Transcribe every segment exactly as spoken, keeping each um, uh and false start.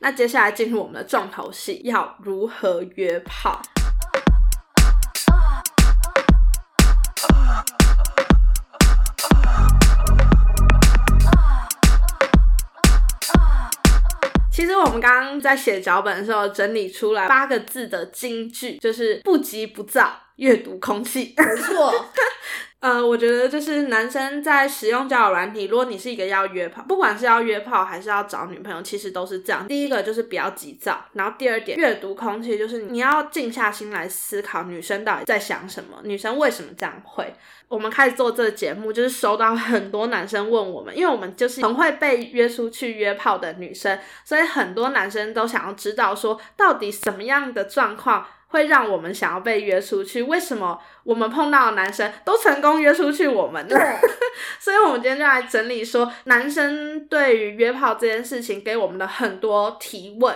那接下来进入我们的重头戏，要如何约炮。其实我们刚刚在写脚本的时候整理出来八个字的金句，就是不急不躁，阅读空气。 没错。 呃，我觉得就是男生在使用交友软体，如果你是一个要约炮，不管是要约炮还是要找女朋友，其实都是这样。第一个就是不要急躁，然后第二点阅读空气，就是你要静下心来思考女生到底在想什么，女生为什么这样会。我们开始做这个节目，就是收到很多男生问我们，因为我们就是很会被约出去约炮的女生，所以很多男生都想要知道说，到底什么样的状况会让我们想要被约出去，为什么我们碰到的男生都成功约出去我们呢？所以我们今天就来整理说，男生对于约炮这件事情给我们的很多提问。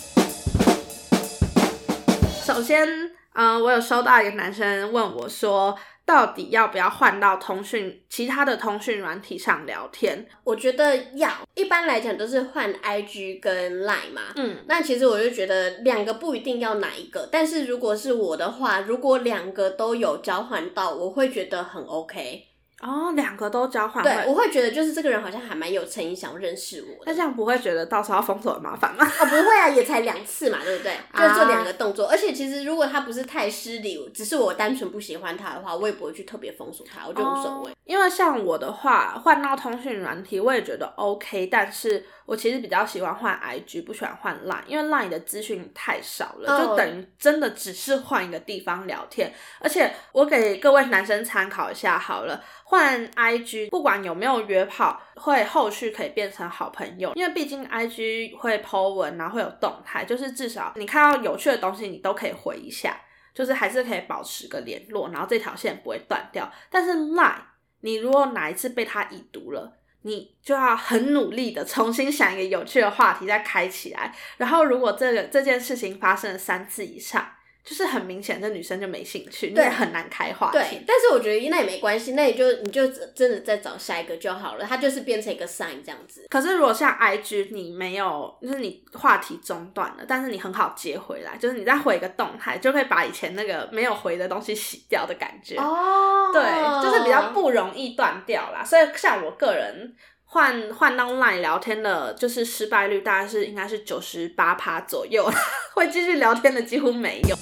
首先呃，我有收到一个男生问我说，到底要不要换到通讯其他的通讯软体上聊天。 我觉得要，一般来讲都是换 I G 跟 Line 嘛，嗯，那其实我就觉得两个不一定要哪一个，但是如果是我的话，如果两个都有交换到，我会觉得很 OK。 哦，两个都交换， 对，我会觉得就是这个人好像还蛮有诚意想要认识我的。 那这样不会觉得到时候要封锁很麻烦吗？ 哦，不会啊，也才两次嘛，对不对？就做两个动作，啊，而且其实如果他不是太失礼，只是我单纯不喜欢他的话，我也不会去特别封锁他，我就无所谓。 哦，因为像我的话，换到通讯软体我也觉得 OK， 但是我其实比较喜欢换 I G， 不喜欢换 Line， 因为 Line 的资讯太少了，哦，就等于真的只是换一个地方聊天。而且我给各位男生参考一下好了，换 I G 不管有没有约炮，会后续可以变成好朋友，因为毕竟 I G 会 po 文，然后会有动态，就是至少你看到有趣的东西你都可以回一下，就是还是可以保持个联络，然后这条线不会断掉。但是 Line 你如果哪一次被他已读了，你就要很努力的重新想一个有趣的话题再开起来，然后如果这个这件事情发生了三次以上，就是很明显这女生就没兴趣，你也很难开话题。 对，但是我觉得那也没关系，那你就你就真的再找下一个就好了，它就是变成一个 sign 这样子。 可是如果像 I G 你没有，就是你话题中断了，但是你很好接回来，就是你再回一个动态就可以把以前那个没有回的东西洗掉的感觉。 哦， 对，就是比较不容易断掉啦。所以像我个人换换到 Line 聊天的，就是失败率大概是应该是 百分之九十八 左右，会继续聊天的几乎没有。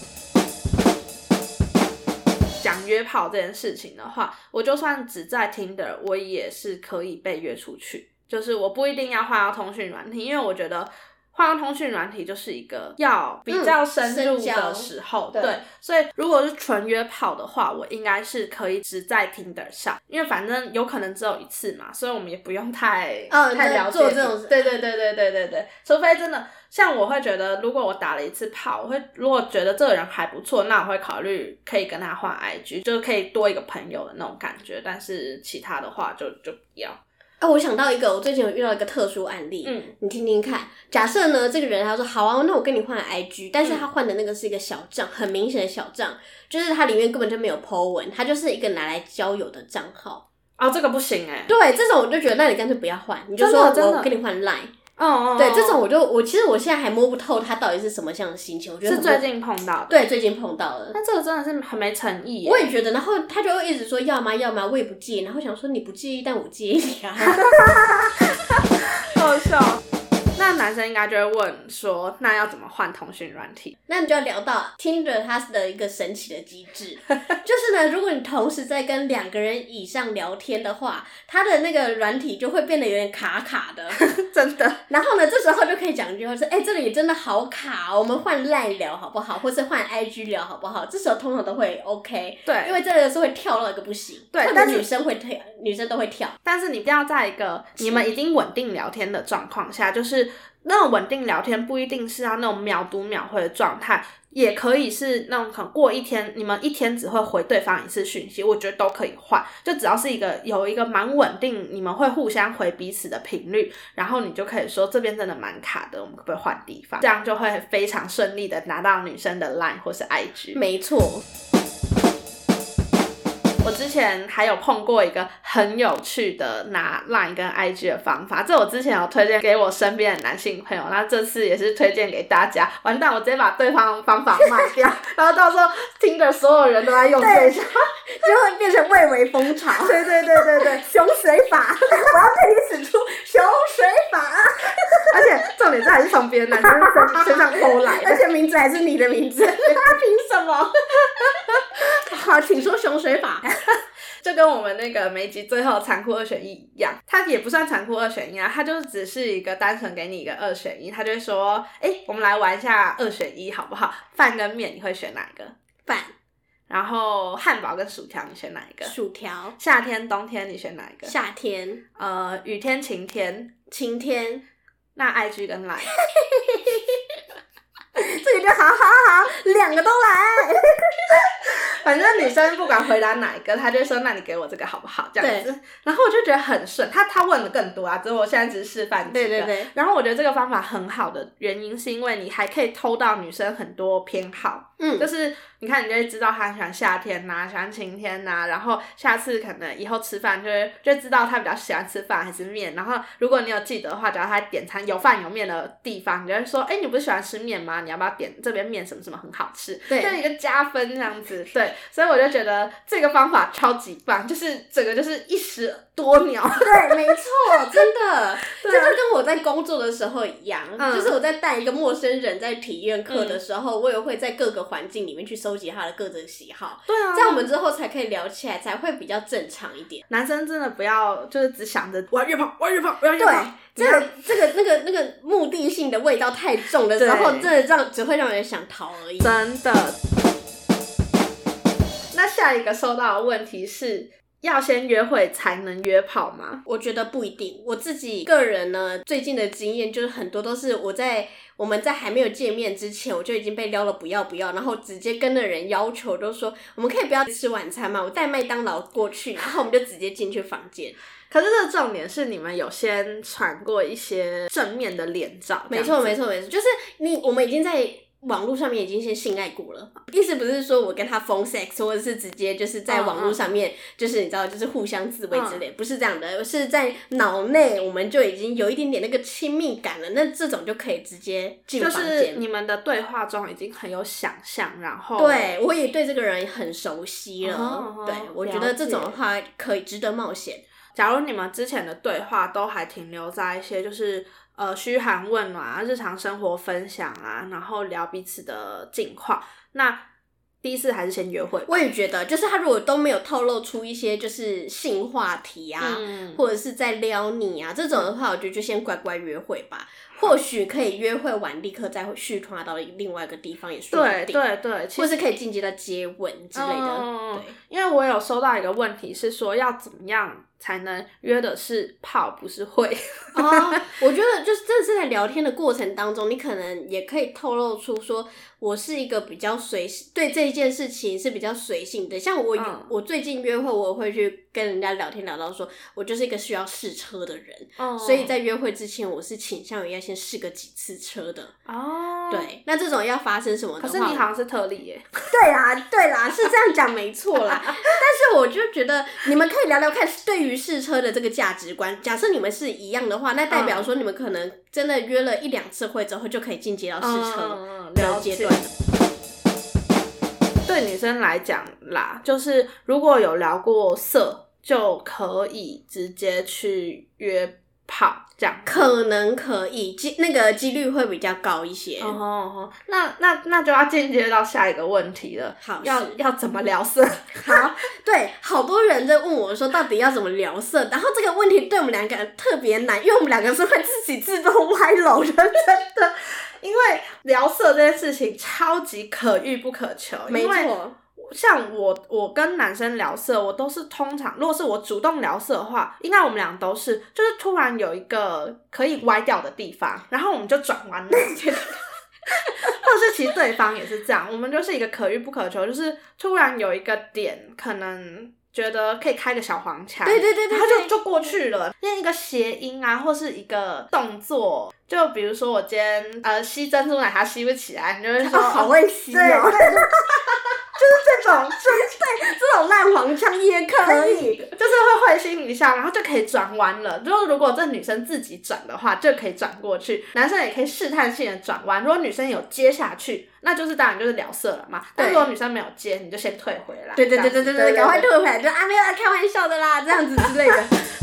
讲约炮这件事情的话，我就算只在 Tinder 我也是可以被约出去，就是我不一定要换到通讯软体，因为我觉得换到通讯软体就是一个要比较深入的时候，嗯，对, 对，所以如果是纯约炮的话，我应该是可以只在 Tinder 上，因为反正有可能只有一次嘛，所以我们也不用太、哦、太了解做这种事。 对对对对对对对，除非真的像我会觉得，如果我打了一次炮，我会如果觉得这个人还不错，那我会考虑可以跟他换 I G， 就可以多一个朋友的那种感觉，但是其他的话就就不要。 啊，我想到一个，我最近有遇到一个特殊案例，嗯，你听听看。假设呢，这个人他说好啊，那我跟你换 I G， 但是他换的那个是一个小账，很明显的小账，就是它里面根本就没有 po 文，它就是一个拿来交友的账号。 哦，这个不行哎。 对，这种我就觉得，那你干脆不要换，你就说我跟你换 Line。 哦哦， 对，这种我就我其实我现在还摸不透他到底是什么样的心情，我觉得是最近碰到的。 对，最近碰到的。 但这个真的是很没诚意耶。 我也觉得，然后他就会一直说要吗要吗，我也不介意，然后想说你不介意，但我介意啊。 好笑。那男生应该就会问说，那要怎么换通讯软体？ 那你就要聊到 Tinder 它的一个神奇的机制，就是呢，如果你同时在跟两个人以上聊天的话，它的那个软体就会变得有点卡卡的， 真的。 然后呢，这时候就可以讲一句话说，哎、欸，这里真的好卡哦，我们换 Line 聊好不好？或是换 I G 聊好不好？这时候通常都会 OK， 对，因为这个是会跳到一个不行，对，但是女生会跳，女生都会跳， 但是你一定要在一个你们已经稳定聊天的状况下，就是那种稳定聊天不一定是要那种秒读秒回的状态，也可以是那种可能过一天你们一天只会回对方一次讯息，我觉得都可以换，就只要是一个有一个蛮稳定你们会互相回彼此的频率，然后你就可以说这边真的蛮卡的，我们可不可以换地方，这样就会非常顺利的拿到女生的 Line 或是 I G。 没错。 我之前还有碰过一个很有趣的拿 Line 跟 I G 的方法，这我之前有推荐给我身边的男性朋友，那这次也是推荐给大家。完蛋，我直接把对方的方法卖掉，然后到时候听的所有人都在用这一招， 就会变成蔚为风潮。 对对对对对， 熊水法，我要对你使出熊水法。 而且重点是还是从别的男生身身上偷来的， 而且名字还是你的名字，他凭什么？好，请说熊水法。 就跟我们那个每一集最后残酷二选一一样，它也不算残酷二选一啊，它就只是一个单纯给你一个二选一，它就会说，哎、欸，我们来玩一下二选一好不好？饭跟面你会选哪一个？ 饭。 然后汉堡跟薯条你选哪一个？ 薯条。夏天冬天你选哪一个？ 夏天。 呃，雨天晴天？ 晴天。 那 I G 跟 Line 这个就好好好，两个都来。 反正女生不管回答哪一个，她就会说那你给我这个好不好这样子，然后我就觉得很顺，她她问的更多啊，只是我现在只是示范几个。 对对对。 然后我觉得这个方法很好的原因是因为你还可以偷到女生很多偏好，嗯，就是你看你就会知道她喜欢夏天呐、啊，喜欢晴天呐、啊，然后下次可能以后吃饭就会就会知道她比较喜欢吃饭还是面，然后如果你有记得的话，假如她点餐有饭有面的地方，你就会说，哎、欸，你不是喜欢吃面吗？你要不要点这边面什么什么很好吃？ 对， 就一个加分这样子，对。所以我就觉得这个方法超级棒，就是整个就是一石多鸟。 对，没错，真的，这就跟我在工作的时候一样，嗯、就是我在带一个陌生人在体验课的时候，嗯、我也会在各个环境里面去收集他的各种喜好。 对啊， 这样我们之后才可以聊起来，才会比较正常一点。 男生真的不要就是只想着我要约炮，我要约炮，我要约炮。 对，这个这个那个那个目的性的味道太重的时候，真的让只会让人想逃而已。 真的。那下一个收到的问题是要先约会才能约炮吗？ 我觉得不一定。我自己个人呢，最近的经验就是很多都是我在我们在还没有见面之前，我就已经被撩了不要不要，然后直接跟的人要求都说我们可以不要吃晚餐吗？我带麦当劳过去，然后我们就直接进去房间。 可是这个重点是你们有先传过一些正面的脸照。 没错没错没错，就是你我们已经在网络上面已经先性爱过了，意思不是说我跟他 phone sex 或者是直接就是在网络上面、嗯、就是你知道就是互相自慰之类、嗯、不是这样的，是在脑内我们就已经有一点点那个亲密感了，那这种就可以直接进房间， 就是你们的对话中已经很有想象，然后对我也对这个人很熟悉了、哦、对，我觉得这种的话可以值得冒险。 假如你们之前的对话都还停留在一些就是呃嘘寒问暖啊、日常生活分享啊，然后聊彼此的近况，那第一次还是先约会吧。 我也觉得，就是他如果都没有透露出一些就是性话题啊、嗯、或者是在撩你啊这种的话，我觉得就先乖乖约会吧。或许可以约会完立刻再续团到另外一个地方也说不定， 对对对， 或是可以进阶到接吻之类的、嗯、对。 因为我有收到一个问题是说要怎么样才能约的是炮不是会哦，我觉得就是真的是在聊天的过程当中，你可能也可以透露出说我是一个比较随对这一件事情是比较随性的，像我、嗯、我最近约会我会去跟人家聊天聊到说我就是一个需要试车的人、嗯、所以在约会之前我是倾向于要先试个几次车的哦。对，那这种要发生什么的话， 可是你好像是特例耶。 对啦对啦，是这样讲没错啦但是我就觉得你们可以聊聊看对于试车的这个价值观，假设你们是一样的话，那代表说你们可能真的约了一两次会之后就可以进阶到试车的阶段、嗯、 对女生来讲啦，就是如果有聊过色就可以直接去约炮，这样可能可以，那个几率会比较高一些。 哦吼哦吼，那那那就要进阶到下一个问题了。 好， 要要怎么聊色？ 好，对，好多人在问我说，到底要怎么聊色？然后这个问题对我们两个人特别难，因为我们两个是会自己自动歪楼的，真的。因为聊色这件事情超级可遇不可求， 没错。 像我我跟男生聊色，我都是通常如果是我主动聊色的话，应该我们俩都是就是突然有一个可以歪掉的地方，然后我们就转弯了或者是其实对方也是这样，我们就是一个可遇不可求，就是突然有一个点可能觉得可以开个小黄腔， 对对对对， 然后就就过去了，因为一个谐音啊或是一个动作，就比如说我今天呃吸珍珠奶茶吸不起来，你就会说、 哦、好会吸哦， 对对就是这种针对这种烂黄腔也可以， 就是会会心一笑，然后就可以转弯了。就是如果这女生自己转的话，就可以转过去，男生也可以试探性的转弯。如果女生有接下去，那就是当然就是聊色了嘛。但如果女生没有接，你就先退回来。 对对对对对对，赶快退回来，就啊没有啦，开玩笑的啦，这样子之类的。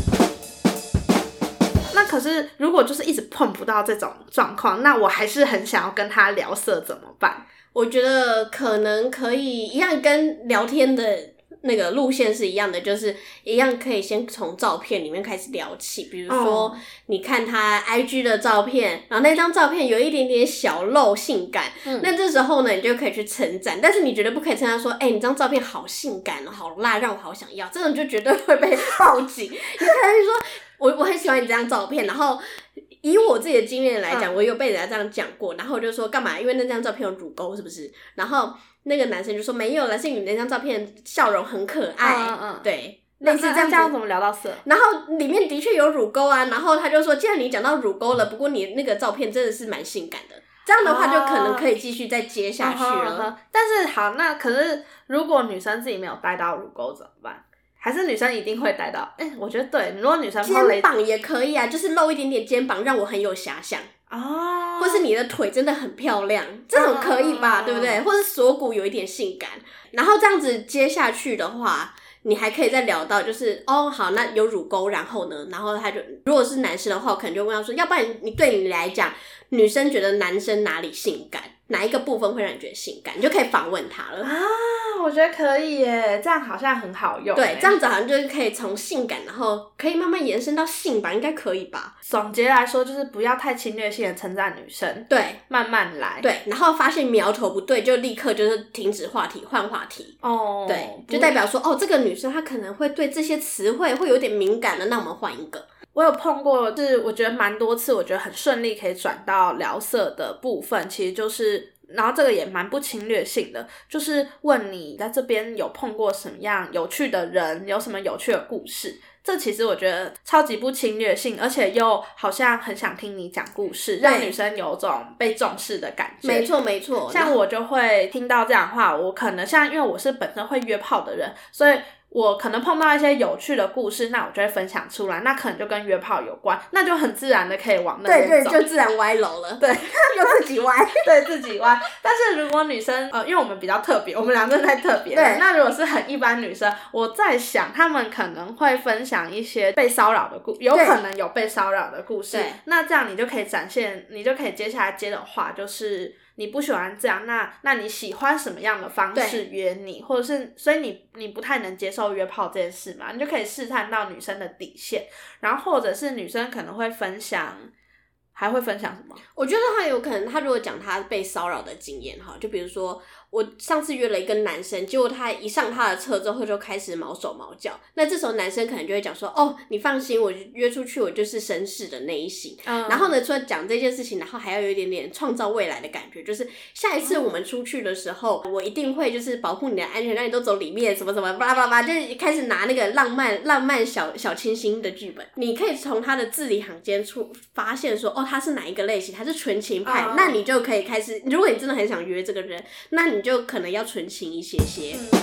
那可是如果就是一直碰不到这种状况，那我还是很想要跟他聊色，怎么办？ 我觉得可能可以一样跟聊天的那个路线是一样的，就是一样可以先从照片里面开始聊起。比如说、嗯、你看他 I G 的照片，然后那张照片有一点点小露性感、嗯、那这时候呢你就可以去称赞，但是你绝对不可以称赞说哎、欸，你这张照片好性感好辣，让我好想要，这种就绝对会被报警。你可能说我我很喜欢你这张照片，然后以我自己的经验来讲、嗯、我有被人家这样讲过，然后我就说干嘛，因为那张照片有乳沟是不是，然后那个男生就说没有啦，是你那张照片笑容很可爱，嗯嗯对，类似这样子。 这样怎么聊到色？ 然后里面的确有乳沟啊，然后他就说既然你讲到乳沟了，不过你那个照片真的是蛮性感的，这样的话就可能可以继续再接下去了、uh-huh, uh-huh. 但是好，那可是如果女生自己没有带到乳沟怎么办？还是女生一定会带到？哎、欸，我觉得对，如果女生肩膀也可以啊，就是露一点点肩膀，让我很有遐想哦。 或是你的腿真的很漂亮，这种可以吧？哦、对不对？或是锁骨有一点性感，然后这样子接下去的话，你还可以再聊到就是哦，好，那有乳沟，然后呢？然后他就如果是男生的话，我可能就问他说，要不然你对你来讲，女生觉得男生哪里性感？哪一个部分会让你觉得性感？你就可以访问他了啊！我觉得可以耶，这样好像很好用。 对，这样子好像就是可以从性感，然后可以慢慢延伸到性吧，应该可以吧？ 总结来说，就是不要太侵略性的称赞女生， 对， 慢慢来， 对，然后发现苗头不对，就立刻就是停止话题，换话题。哦，对，就代表说，哦，这个女生她可能会对这些词汇会有点敏感的，那我们换一个。 我有碰过，是我觉得蛮多次，我觉得很顺利可以转到聊色的部分，其实就是，然后这个也蛮不侵略性的，就是问你在这边有碰过什么样有趣的人，有什么有趣的故事。这其实我觉得超级不侵略性，而且又好像很想听你讲故事，让女生有种被重视的感觉。 没错没错， 像我就会听到这样的话，我可能像因为我是本身会约炮的人，所以我可能碰到一些有趣的故事，那我就会分享出来，那可能就跟约炮有关，那就很自然的可以往那边走。 对对，就自然歪楼了。 对， 就自己歪。 对，自己歪。但是如果女生呃，因为我们比较特别，我们两个太特别了。对。那如果是很一般女生，我在想她们可能会分享一些被骚扰的故，有可能有被骚扰的故事。对。那这样你就可以展现，你就可以接下来接的话就是。你不喜欢这样，那那你喜欢什么样的方式约你，或者是所以你你不太能接受约炮这件事嘛，你就可以试探到女生的底线，然后或者是女生可能会分享，还会分享什么？ 我觉得他有可能，他如果讲他被骚扰的经验哈，就比如说我上次约了一个男生，结果他一上他的车之后就开始毛手毛脚，那这时候男生可能就会讲说，哦，你放心，我约出去我就是绅士的那一型、嗯、然后呢除了讲这件事情，然后还要有一点点创造未来的感觉，就是下一次我们出去的时候、嗯、我一定会就是保护你的安全，让你都走里面什么什么巴拉巴拉，就是开始拿那个浪漫浪漫小小清新的剧本，你可以从他的字里行间处发现说，哦，他是哪一个类型，他是纯情派、嗯、那你就可以开始，如果你真的很想约这个人，那你就可能要纯情一些些、嗯、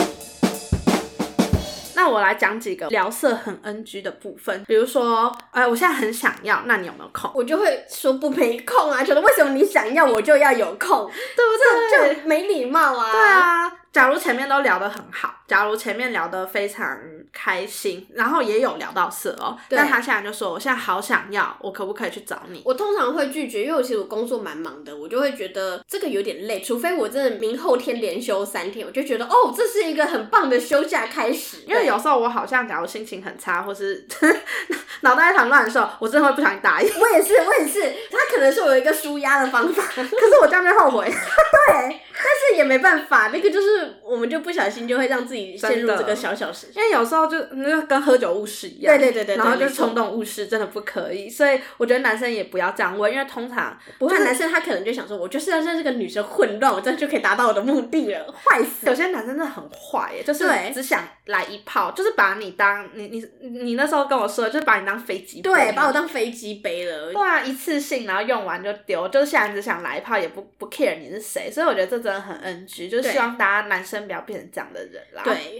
那我来讲几个聊色很 N G 的部分，比如说呃，我现在很想要，那你有没有空？ 我就会说不没空啊，觉得为什么你想要我就要有空，对不对？就没礼貌啊。 对啊，假如前面都聊得很好，假如前面聊得非常开心，然后也有聊到色哦，但他现在就说我现在好想要，我可不可以去找你？ 我通常会拒绝，因为我其实我工作蛮忙的，我就会觉得这个有点累，除非我真的明后天连休三天，我就觉得哦，这是一个很棒的休假开始。 因为有时候我好像假如心情很差，或是脑袋一团乱的时候，我真的会不小心答应。 我也是，我也是，他可能是我有一个抒压的方法，可是我这样就后悔。 对，但是也没办法，那个就是我们就不小心就会让自己陷入这个小小事， 因为有时候就那跟喝酒误事一样， 对对对 对, 对， 然后就冲动误事，真的不可以。所以我觉得男生也不要这样问，因为通常不会，男生他可能就想说，我就是要让这个女生混乱，我这样就可以达到我的目的了，坏死。 有些男生真的很坏耶，就是只想来一炮，就是把你当你你你那时候跟我说的，就是把你当飞机杯， 对，把我当飞机杯了。 对啊，一次性然后用完就丢，就是现在只想来一炮，也不不 care 你是谁，所以我觉得这真的的很 N G， 就是希望大家男生不要变成这样的人啦。 对。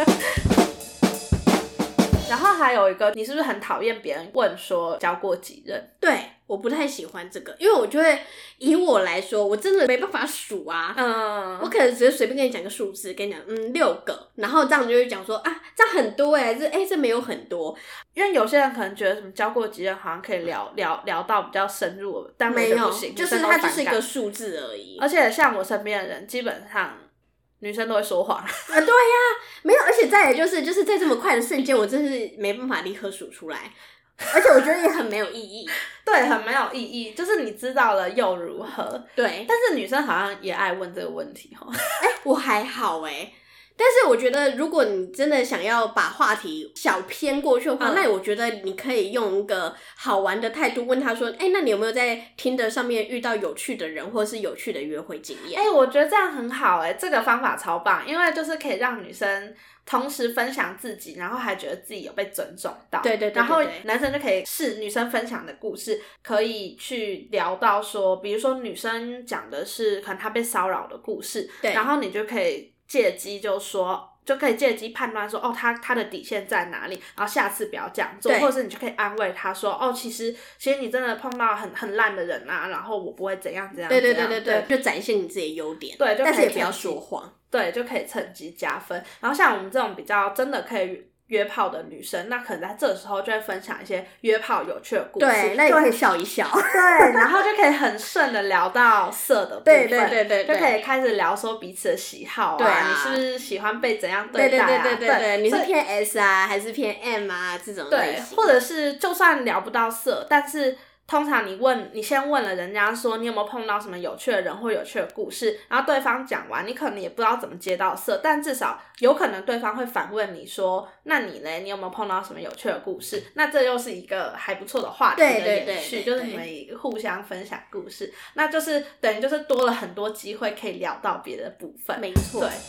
然后还有一个，你是不是很讨厌别人问说交过几任？ 对，我不太喜欢这个，因为我就会以我来说，我真的没办法数啊。嗯，我可能只是随便跟你讲个数字，跟你讲嗯六个，然后这样就会讲说啊，这样很多哎、欸，这哎、欸、这没有很多， 因为有些人可能觉得什么交过几任好像可以聊聊聊到比较深入，但没有， 不行， 就是它就是一个数字而已。 而且像我身边的人，基本上女生都会说谎。 啊，对呀，没有，而且再来就是就是在这么快的瞬间，我真是没办法立刻数出来，而且我觉得也很没有意义。 对，很没有意义，就是你知道了又如何？ 对， 但是女生好像也爱问这个问题齁。 哎、欸，我还好哎、欸。但是我觉得，如果你真的想要把话题小偏过去的话，嗯、那我觉得你可以用一个好玩的态度问他说：“哎、欸，那你有没有在Tinder上面遇到有趣的人，或是有趣的约会经验？” 哎、欸，我觉得这样很好哎、欸，这个方法超棒，因为就是可以让女生同时分享自己，然后还觉得自己有被尊重到。 对对 对, 对, 对。 然后男生就可以是女生分享的故事，可以去聊到说，比如说女生讲的是可能她被骚扰的故事， 对， 然后你就可以借机就说，就可以借机判断说，哦，他他的底线在哪里，然后下次不要这样做，或者是你就可以安慰他说，哦，其实其实你真的碰到很很烂的人啊，然后我不会怎样怎样， 对对对对对，就展现你自己的优点， 对，就可以但是也不要说谎， 对，就可以趁机加分。然后像我们这种比较真的可以约炮的女生，那可能在这时候就会分享一些约炮有趣的故事， 对，那也可以笑一笑， 对，然后就可以很顺的聊到色的部分， 对对对 对, 对，就可以开始聊说彼此的喜好啊，啊你是不是喜欢被怎样对待啊？ 对对对对 对, 对，你是偏 S 啊还是偏 M 啊这种类型， 对，或者是就算聊不到色，但是通常你问你先问了人家说你有没有碰到什么有趣的人或有趣的故事，然后对方讲完，你可能也不知道怎么接到色，但至少有可能对方会反问你说，那你呢？你有没有碰到什么有趣的故事？那这又是一个还不错的话题的延续， 对对对对对， 就是你们互相分享故事，那就是等于就是多了很多机会可以聊到别的部分。 没错， 对。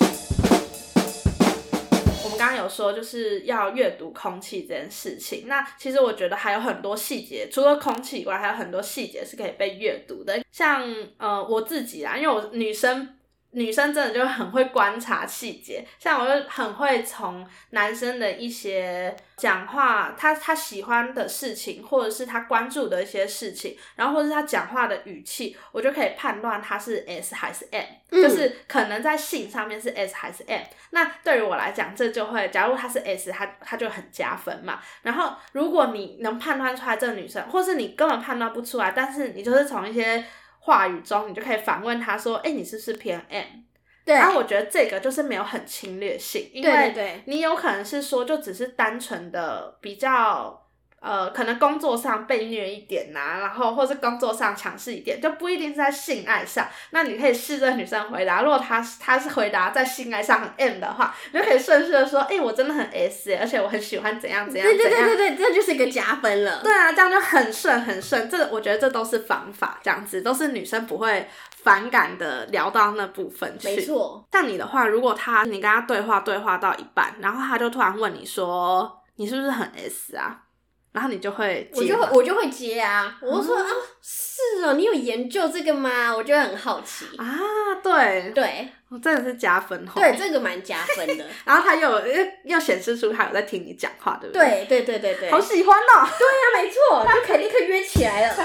我们刚刚有说就是要阅读空气这件事情，那其实我觉得还有很多细节，除了空气以外，还有很多细节是可以被阅读的。像呃我自己啦，因为我女生女生真的就很会观察细节，像我就很会从男生的一些讲话，他他喜欢的事情，或者是他关注的一些事情，然后或者是他讲话的语气，我就可以判断他是 S 还是 M，嗯，就是可能在性上面是 S 还是 M。那对于我来讲，这就会，假如他是 S， 他他就很加分嘛。然后如果你能判断出来这个女生，或是你根本判断不出来，但是你就是从一些话语中，你就可以反问他说，哎，你是不是偏 M？ 对，然后我觉得这个就是没有很侵略性，因为你有可能是说就只是单纯的比较呃，可能工作上被虐一点呐、啊，然后或是工作上强势一点，就不一定是在性爱上。那你可以试着女生回答，如果她她是回答在性爱上很 M 的话，你就可以顺势的说，哎、欸，我真的很 S， 而且我很喜欢怎样怎样怎样。 对对对对对，这就是一个加分了。 对啊，这样就很顺很顺。这我觉得这都是方法，这样子都是女生不会反感的聊到那部分去。 没错。 像你的话，如果他你跟他对话对话到一半，然后他就突然问你说，你是不是很 S 啊？然后你就会接， 我就会我就会接啊，我就说、嗯、啊，是哦，你有研究这个吗？我觉得很好奇啊，对对， 真的是加分哦， 对，这个蛮加分的。 然后他又又显示出他有在听你讲话，对不对？对对对对对， 好喜欢哦！ 对啊，没错，就可以立刻约起来了。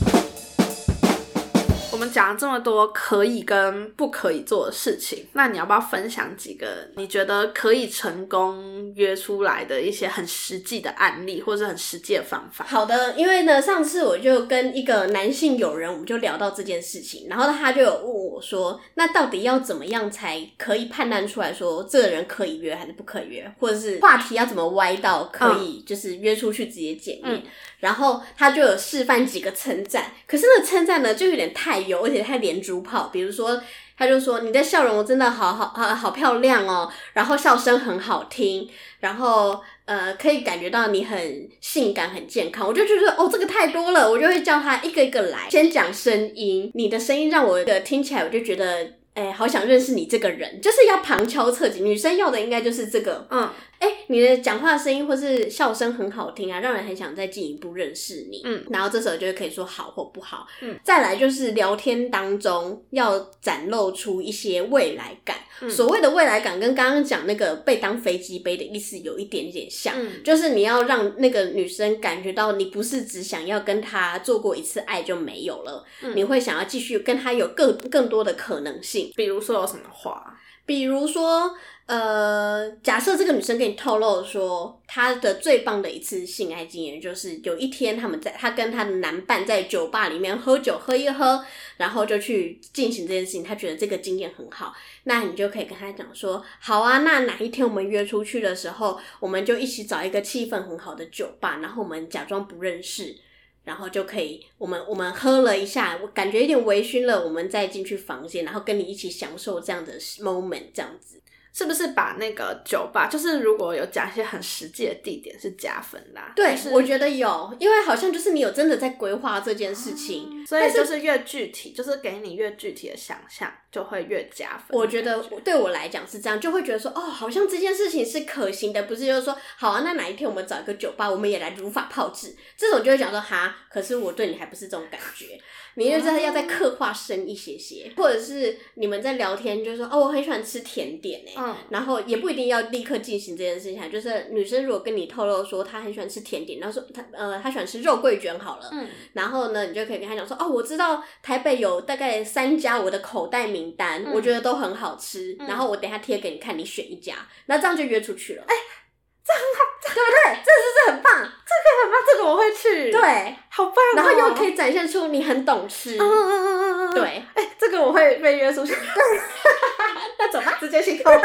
我们讲了这么多可以跟不可以做的事情，那你要不要分享几个你觉得可以成功约出来的一些很实际的案例，或者是很实际的方法？ 好的，因为呢，上次我就跟一个男性友人，我们就聊到这件事情，然后他就有问我说，那到底要怎么样才可以判断出来说这个人可以约还是不可以约，或者是话题要怎么歪到可以就是约出去直接见面、嗯、然后他就有示范几个称赞，可是那个称赞呢就有点太油，而且太连珠炮，比如说他就说你的笑容真的好好好好漂亮哦，然后笑声很好听，然后呃可以感觉到你很性感很健康，我就觉得哦这个太多了，我就会叫他一个一个来，先讲声音，你的声音让我的听起来我就觉得哎、欸，好想认识你这个人，就是要旁敲侧击。女生要的应该就是这个，嗯，哎、欸，你的讲话声音或是笑声很好听啊，让人很想再进一步认识你。嗯，然后这时候就可以说好或不好。嗯，再来就是聊天当中要展露出一些未来感。嗯、所谓的未来感跟刚刚讲那个被当飞机杯的意思有一点点像，嗯、就是你要让那个女生感觉到你不是只想要跟她做过一次爱就没有了，嗯、你会想要继续跟她有更更多的可能性。 比如说有什么话？ 比如说，呃，假设这个女生跟你透露说，她的最棒的一次性爱经验就是有一天他们在，她跟她的男伴在酒吧里面喝酒，喝一喝，然后就去进行这件事情，她觉得这个经验很好，那你就可以跟她讲说，好啊，那哪一天我们约出去的时候，我们就一起找一个气氛很好的酒吧，然后我们假装不认识。然后就可以，我们我们喝了一下，我感觉有点微醺了，我们再进去房间，然后跟你一起享受这样的 moment， 这样子。 是不是把那个酒吧，就是如果有讲一些很实际的地点是加分啦？ 对， 就是、 我觉得有，因为好像就是你有真的在规划这件事情、 嗯，所以就是越具体，就是给你越具体的想象，就会越加分。 我觉得对我来讲是这样，就会觉得说，哦，好像这件事情是可行的，不是就是说，好啊，那哪一天我们找一个酒吧，我们也来如法炮制，这种就会讲说，哈，可是我对你还不是这种感觉。你就是要再刻画深一些些，或者是你们在聊天就说哦，我很喜欢吃甜点欸，嗯，然后也不一定要立刻进行这件事情，就是女生如果跟你透露说她很喜欢吃甜点，然后说她呃她喜欢吃肉桂卷好了，嗯，然后呢你就可以跟她讲说哦，我知道台北有大概三家我的口袋名单，嗯，我觉得都很好吃，嗯，然后我等一下贴给你看，你选一家，那这样就约出去了，哎，欸。 这很好， 对不对？这是这很棒，这个很棒，这个我会去。 对， 好棒哦！ 然后又可以展现出你很懂吃。嗯嗯嗯嗯嗯。对， 哎、欸，这个我会被约出去。 那走吧， 直接行动。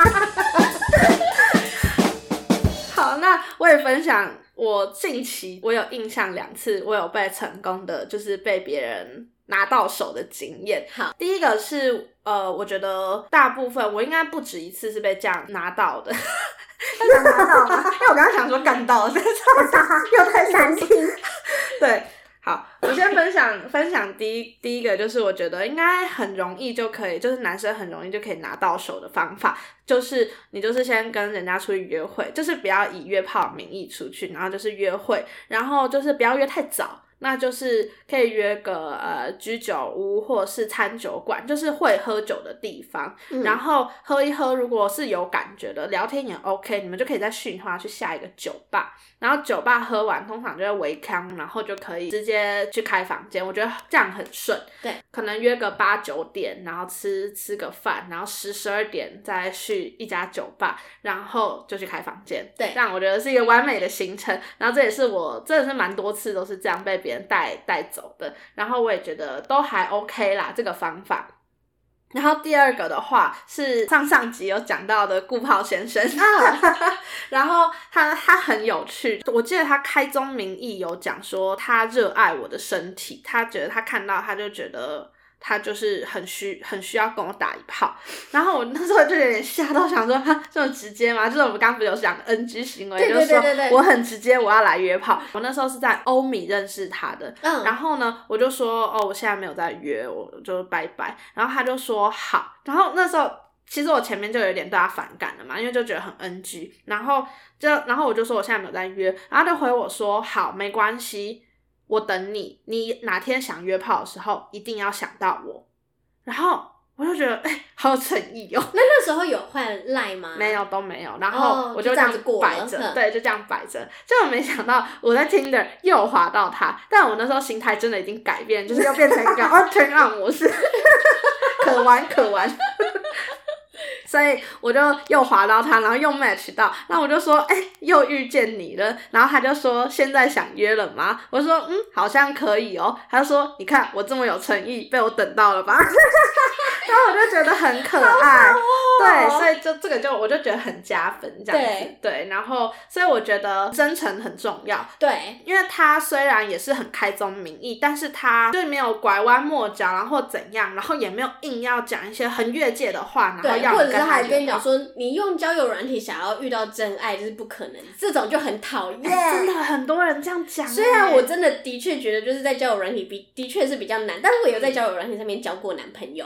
好，那我也分享我近期我有印象两次，我有被成功的，就是被别人拿到手的经验。 好， 第一个是呃，我觉得大部分我应该不止一次是被这样拿到的。 要拿到吗？ 因为我刚刚想说干到了，但是又太难听。 对，好，我先分享分享第一第一个，就是我觉得应该很容易就可以，就是男生很容易就可以拿到手的方法，就是你就是先跟人家出去约会，就是不要以约炮名义出去，然后就是约会，然后就是不要约太早。那就是可以约个呃居酒屋或者是餐酒馆，就是会喝酒的地方，嗯，然后喝一喝，如果是有感觉的，聊天也 OK， 你们就可以再训话去下一个酒吧，然后酒吧喝完通常就会围康，然后就可以直接去开房间，我觉得这样很顺。 对， 可能约个八九点，然后吃吃个饭，然后十十二点再去一家酒吧，然后就去开房间。 对， 这样我觉得是一个完美的行程，然后这也是我真的是蛮多次都是这样被别人带带走的，然后我也觉得都还 OK 啦，这个方法。然后第二个的话是上上集有讲到的顾炮先生啊，然后他他很有趣，我记得他开宗明义有讲说他热爱我的身体，他觉得他看到他就觉得他就是很需很需要跟我打一炮，然后我那时候就有点吓到，想说他这么直接吗？就是我们刚刚不是有讲 N G 行为， 对对对对对， 就是说我很直接，我要来约炮。我那时候是在欧米认识他的，嗯，然后呢，我就说哦，我现在没有在约，我就拜拜。然后他就说好，然后那时候其实我前面就有点对他反感了嘛，因为就觉得很 N G， 然后就然后我就说我现在没有在约，然后他就回我说好，没关系。我等你，你哪天想约炮的时候一定要想到我。然后我就觉得哎、欸，好有诚意哦。 那那时候有换 LINE 吗？ 没有，都没有。然后我就这样摆着、 哦， 对，就这样摆着。结果没想到我在 Tinder 又滑到他，但我那时候心态真的已经改变，就是又变成一个哦 turn on 模式，可玩可玩。所以我就又滑到他，然后又 match 到，那我就说哎、欸，又遇见你了。然后他就说现在想约了吗？我说嗯，好像可以哦。他就说你看我这么有诚意，被我等到了吧。然后我就觉得很可爱， 哦、 对，所以就这个就我就觉得很加分这样子，对，对，然后所以我觉得真诚很重要， 对， 因为他虽然也是很开宗明义，但是他就没有拐弯抹角，然后怎样，然后也没有硬要讲一些很越界的话，然后要你跟他，或者是他还跟你讲说，你用交友软体想要遇到真爱就是不可能，这种就很讨厌、 欸，真的很多人这样讲、欸。 虽然我真的的确觉得就是在交友软体比的确是比较难，但是我有在交友软体上面交过男朋友， 对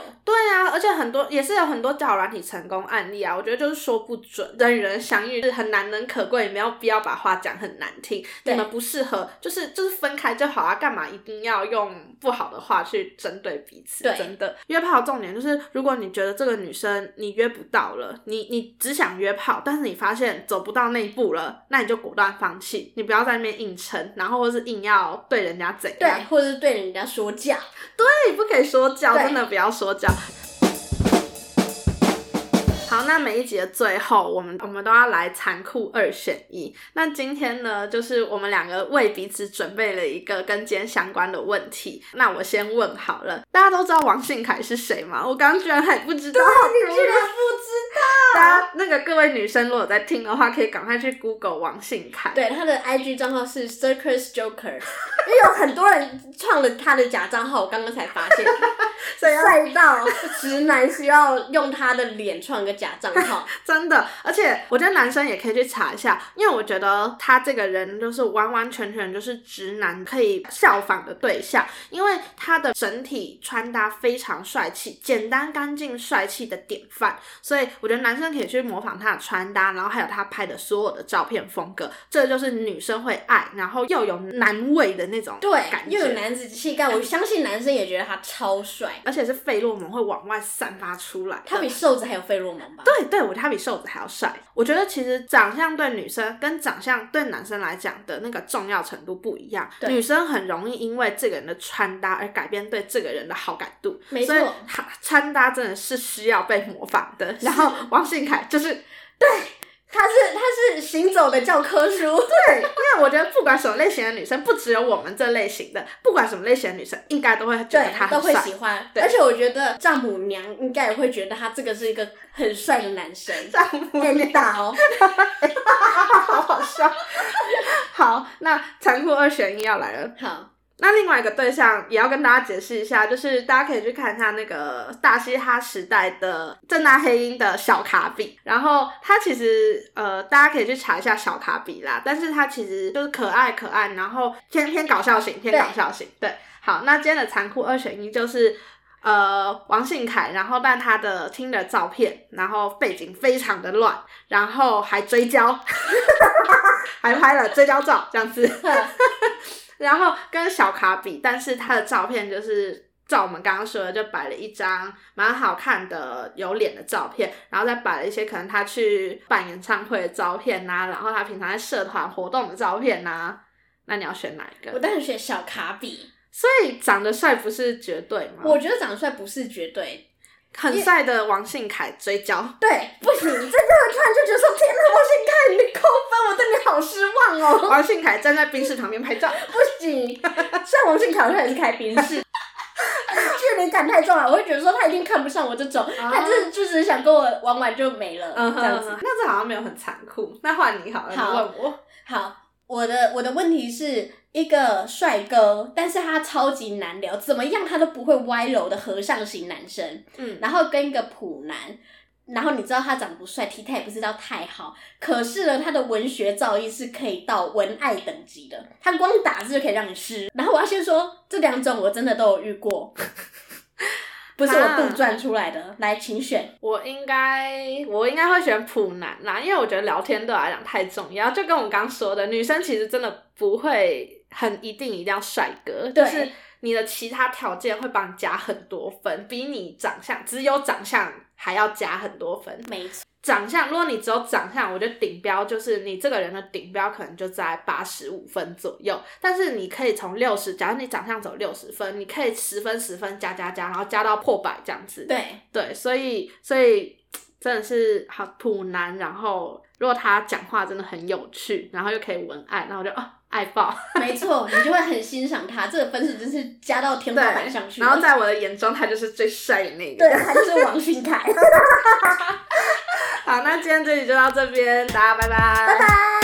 啊，而且很多也是有很多交友软体成功案例啊，我觉得就是说不准，人与人相遇是很难能可贵，你没有必要把话讲很难听，你们不适合就是就是分开就好啊，干嘛一定要用不好的话去针对彼此？ 对， 真的，约炮的重点就是如果你觉得这个女生你约不到了，你你只想约炮，但是你发现走不到那一步了，那你就果断放弃，你不要在那边硬撑，然后或是硬要对人家怎样， 对，或者是对人家说教， 对，不可以说教，真的不要说教。好，那每一集的最后，我们我们都要来残酷二选一。那今天呢，就是我们两个为彼此准备了一个跟今天相关的问题。那我先问好了，大家都知道王信凯是谁吗？我刚刚居然还不知道， 对，你居然不知道。 大家那个各位女生如果在听的话，可以赶快去 Google 王信凯。 对，他的 I G 账号是 Circus Joker， 因为有很多人创了他的假账号，我刚刚才发现，帅到直男需要用他的脸创个假账号， 真的。而且我觉得男生也可以去查一下，因为我觉得他这个人就是完完全全就是直男可以效仿的对象，因为他的整体穿搭非常帅气，简单干净帅气的典范，所以我觉得男生可以去模仿他的穿搭，然后还有他拍的所有的照片风格，这就是女生会爱，然后又有男味的那种感觉， 对，又有男子气概，我相信男生也觉得他超帅， 而且是费洛蒙会往外散发出来的， 他比瘦子还有费洛蒙吧？ 对对，我他比瘦子还要帅。我觉得其实长相对女生跟长相对男生来讲的那个重要程度不一样，女生很容易因为这个人的穿搭而改变对这个人的好感度， 没错， 所以穿搭真的是需要被模仿的。然后王信凯就是对，他是他是行走的教科书， 对，因为我觉得不管什么类型的女生，不只有我们这类型的，不管什么类型的女生，应该都会觉得他很帅， 都会喜欢。而且我觉得丈母娘应该也会觉得他这个是一个很帅的男生。 丈母娘打哦， 好好笑。好，那残酷二选一要来了。 好。 那另外一个对象也要跟大家解释一下，就是大家可以去看一下那个大嘻哈时代的正大黑鹰的小卡比，然后他其实呃大家可以去查一下小卡比啦，但是他其实就是可爱可爱，然后偏偏搞笑型，偏搞笑型。对，好，那今天的残酷二选一就是呃王信凯，然后但他的听的照片，然后背景非常的乱，然后还追焦，还拍了追焦照这样子。然后跟小卡比，但是他的照片就是照我们刚刚说的，就摆了一张蛮好看的有脸的照片，然后再摆了一些可能他去办演唱会的照片啊，然后他平常在社团活动的照片啊，那你要选哪一个？ 我当然选小卡比。 所以长得帅不是绝对吗？ 我觉得长得帅不是绝对。 很帅的王信凯追焦， 对，不行，你在这突然就觉得说，天哪，王信凯，你的扣分，我对你好失望哦。 王信凯站在宾士旁边拍照， 不行，虽然王信凯好像也是开宾士，距离感太重了，我会觉得说他一定看不上我这种，啊、他就是就只是想跟我玩玩就没了，嗯、这样子。 那这好像没有很残酷，那换你好了， 好你问我。 好，我的我的问题是。一个帅哥，但是他超级难聊，怎么样他都不会歪楼的和尚型男生，嗯，然后跟一个普男，然后你知道他长不帅，体态也不是到太好，可是呢，他的文学造诣是可以到文爱等级的，他光打字就可以让你湿。然后我要先说，这两种我真的都有遇过，不是我杜撰出来的。啊、来，请选。 我应该，我应该会选普男啦，因为我觉得聊天对我来讲太重要，就跟我刚刚说的，女生其实真的不会。很一定一定要帅哥，就是你的其他条件会帮你加很多分，比你长相只有长相还要加很多分。 没错， 长相如果你只有长相，我觉得顶标就是你这个人的顶标可能就在八十五分左右，但是你可以从六十，假如你长相走六十分，你可以十分十分加加加，然后加到破百这样子。 对对，所以所以真的是好普男，然后如果他讲话真的很有趣，然后又可以文爱，然后我就哦。爱爆， 没错，你就会很欣赏他，这个分数真是加到天花板上去。 然后在我的眼中，他就是最帅的那个。 对，他就是王信凯。 好，那今天这集就到这边，大家拜拜， 拜拜。